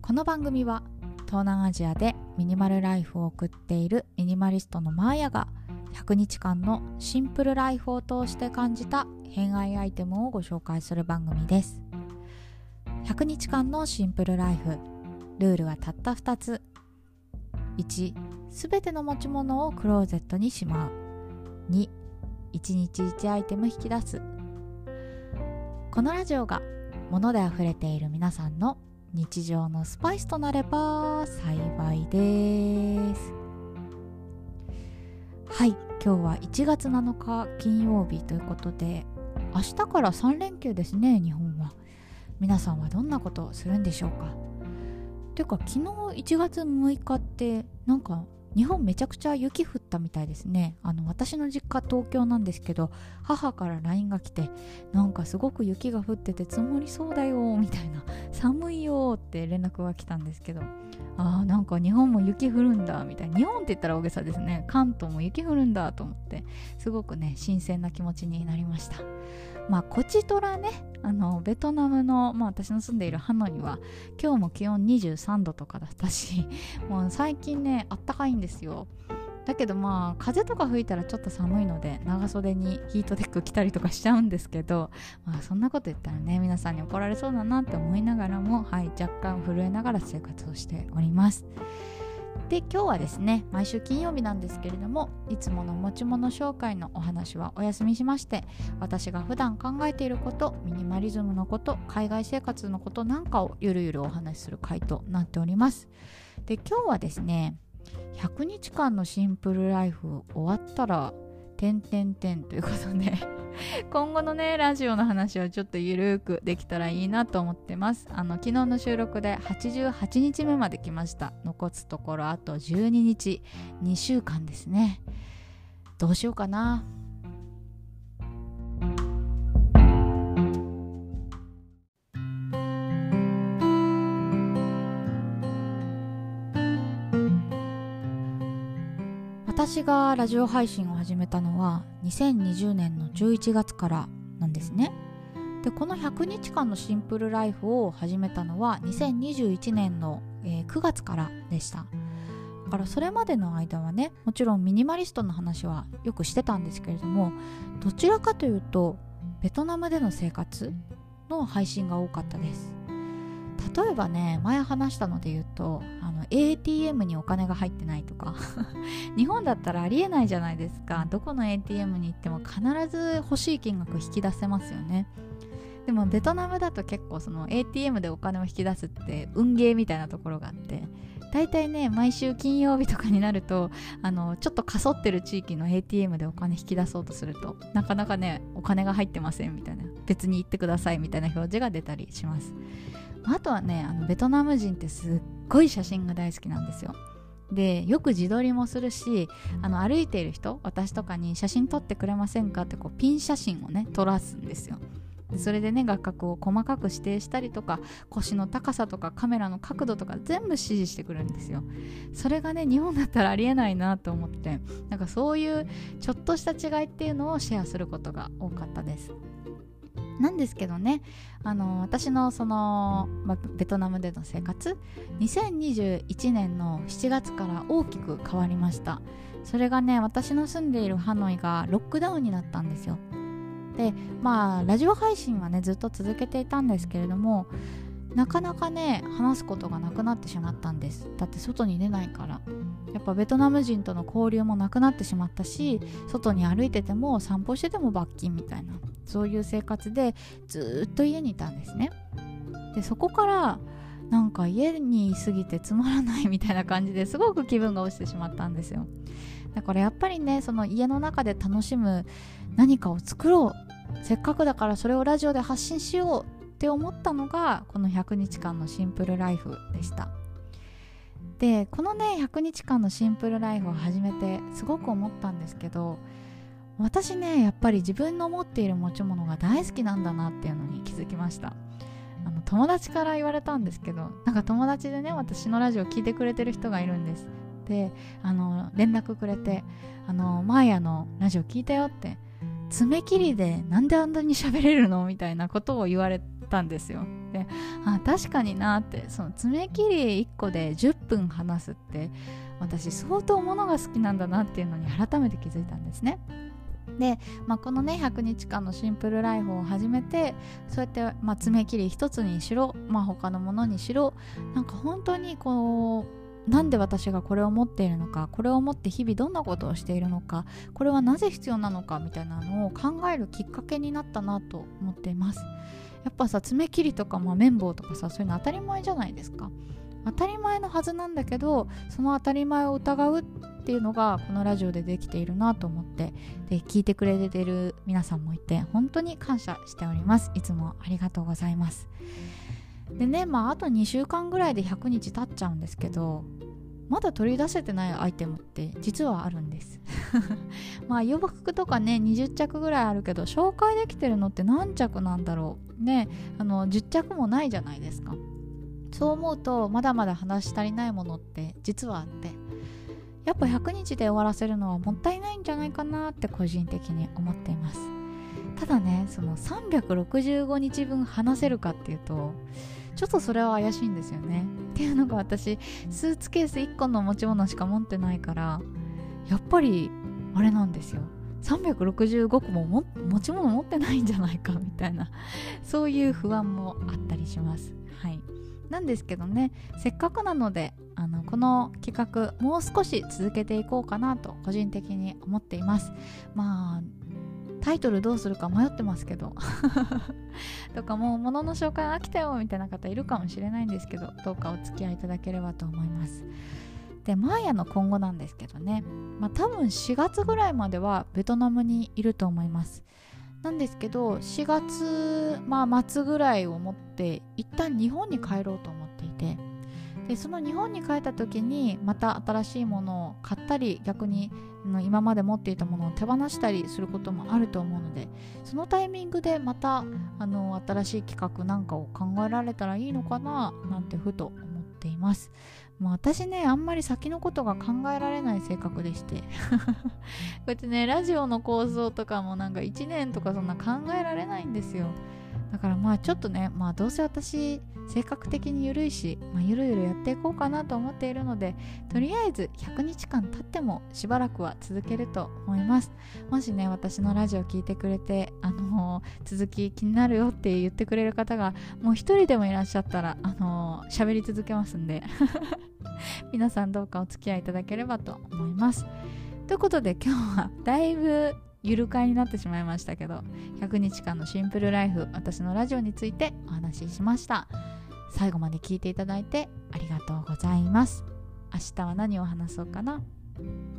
この番組は東南アジアでミニマルライフを送っているミニマリストのマーヤが100日間のシンプルライフを通して感じた偏愛アイテムをご紹介する番組です。100日間のシンプルライフ、ルールはたった2つ。1、すべての持ち物をクローゼットにしまう。2、1日1アイテム引き出す。このラジオが物であふれている皆さんの日常のスパイスとなれば幸いです。はい、今日は1月7日金曜日ということで、明日から3連休ですね、日本は。皆さんはどんなことをするんでしょうか。ていうか昨日1月6日ってなんか日本めちゃくちゃ雪降ったみたいですね。私の実家東京なんですけど、母から LINE が来て、なんかすごく雪が降ってて積もりそうだよみたいな、寒いよって連絡が来たんですけど、なんか日本も雪降るんだみたいな。日本って言ったら大げさですね。関東も雪降るんだと思って、すごくね新鮮な気持ちになりました。こちとらね、ベトナムの、私の住んでいるハノイは今日も気温23度とかだったし、もう最近ねあったかいんですよ。だけど風とか吹いたらちょっと寒いので長袖にヒートテック着たりとかしちゃうんですけど、そんなこと言ったらね皆さんに怒られそうだなって思いながらも、若干震えながら生活をしております。で、今日はですね、毎週金曜日なんですけれども、いつもの持ち物紹介のお話はお休みしまして、私が普段考えていること、ミニマリズムのこと、海外生活のことなんかをゆるゆるお話しする回となっております。で、今日はですね、100日間のシンプルライフ終わったらということで今後のねラジオの話をちょっとゆるくできたらいいなと思ってます。昨日の収録で88日目まで来ました。残すところあと12日、2週間ですね。どうしようかな。私がラジオ配信を始めたのは2020年の11月からなんですね。で、この100日間のシンプルライフを始めたのは2021年の9月からでした。だからそれまでの間はね、もちろんミニマリストの話はよくしてたんですけれども、どちらかというとベトナムでの生活の配信が多かったです。例えばね、前話したので言うとATM にお金が入ってないとか日本だったらありえないじゃないですか。どこの ATM に行っても必ず欲しい金額引き出せますよね。でもベトナムだと結構その ATM でお金を引き出すって運ゲーみたいなところがあって、だいたいね毎週金曜日とかになるとちょっとかそってる地域の ATM でお金引き出そうとすると、なかなかねお金が入ってませんみたいな、別に行ってくださいみたいな表示が出たりします。あとはね、ベトナム人ってすっごい写真が大好きなんですよ。で、よく自撮りもするし、歩いている人、私とかに写真撮ってくれませんかってこうピン写真をね撮らすんですよ。でそれでね画角を細かく指定したりとか、腰の高さとかカメラの角度とか全部指示してくるんですよ。それがね日本だったらありえないなと思って、なんかそういうちょっとした違いっていうのをシェアすることが多かったです。なんですけどね、私のベトナムでの生活、2021年の7月から大きく変わりました。それがね、私の住んでいるハノイがロックダウンになったんですよ。で、ラジオ配信はねずっと続けていたんですけれども、なかなかね話すことがなくなってしまったんです。だって外に出ないから。やっぱベトナム人との交流もなくなってしまったし、外に歩いてても散歩してても罰金みたいな、そういう生活でずっと家にいたんですね。で、そこからなんか家にいすぎてつまらないみたいな感じですごく気分が落ちてしまったんですよ。だからやっぱりね、その家の中で楽しむ何かを作ろう、せっかくだからそれをラジオで発信しようって思ったのがこの100日間のシンプルライフでした。で、このね100日間のシンプルライフを始めてすごく思ったんですけど、私ねやっぱり自分の持っている持ち物が大好きなんだなっていうのに気づきました。友達から言われたんですけど、なんか友達でね私のラジオ聞いてくれてる人がいるんです。で、連絡くれてマーヤのラジオ聞いたよって、 爪切りでなんであんなに喋れるのみたいなことを言われたんですよ。で、確かになって、その爪切り1個で10分話すって私相当ものが好きなんだなっていうのに改めて気づいたんですね。で、このね100日間のシンプルライフを始めて、そうやって、爪切り一つにしろ、他のものにしろ、なんか本当にこう、なんで私がこれを持っているのか、これを持って日々どんなことをしているのか、これはなぜ必要なのかみたいなのを考えるきっかけになったなと思っています。やっぱさ、爪切りとか綿棒とかさ、そういうの当たり前じゃないですか。当たり前のはずなんだけど、その当たり前を疑うっていうのがこのラジオでできているなと思って、で聞いてくれている皆さんもいて本当に感謝しております。いつもありがとうございます。でね、あと2週間ぐらいで100日経っちゃうんですけど、まだ取り出せてないアイテムって実はあるんです洋服とかね20着ぐらいあるけど、紹介できてるのって何着なんだろうね。10着もないじゃないですか。そう思うとまだまだ話し足りないものって実はあって、やっぱ100日で終わらせるのはもったいないんじゃないかなって個人的に思っています。ただね、その365日分話せるかっていうとちょっとそれは怪しいんですよね。っていうのが、私スーツケース1個の持ち物しか持ってないから、やっぱりあれなんですよ、365個も持ち物持ってないんじゃないかみたいな、そういう不安もあったりします。はい。なんですけどね、せっかくなのでこの企画もう少し続けていこうかなと個人的に思っています。タイトルどうするか迷ってますけどとか、もう物の紹介飽きたよみたいな方いるかもしれないんですけど、どうかお付き合いいただければと思います。で、マーヤの今後なんですけどね、多分4月ぐらいまではベトナムにいると思います。なんですけど4月、末ぐらいをもって一旦日本に帰ろうと思っていて、でその日本に帰った時にまた新しいものを買ったり、逆に今まで持っていたものを手放したりすることもあると思うので、そのタイミングでまた新しい企画なんかを考えられたらいいのかななんてふと思っています。私ね、あんまり先のことが考えられない性格でしてこうやってね、ラジオの構造とかもなんか1年とかそんな考えられないんですよ。だからちょっとね、どうせ私性格的に緩いし、ゆるゆるやっていこうかなと思っているので、とりあえず100日間経ってもしばらくは続けると思います。もしね、私のラジオ聞いてくれて続き気になるよって言ってくれる方がもう一人でもいらっしゃったら喋り続けますんで皆さんどうかお付き合いいただければと思います。ということで、今日はだいぶゆる会になってしまいましたけど、100日間のシンプルライフ、私のラジオについてお話ししました。最後まで聞いていただいてありがとうございます。明日は何を話そうかな。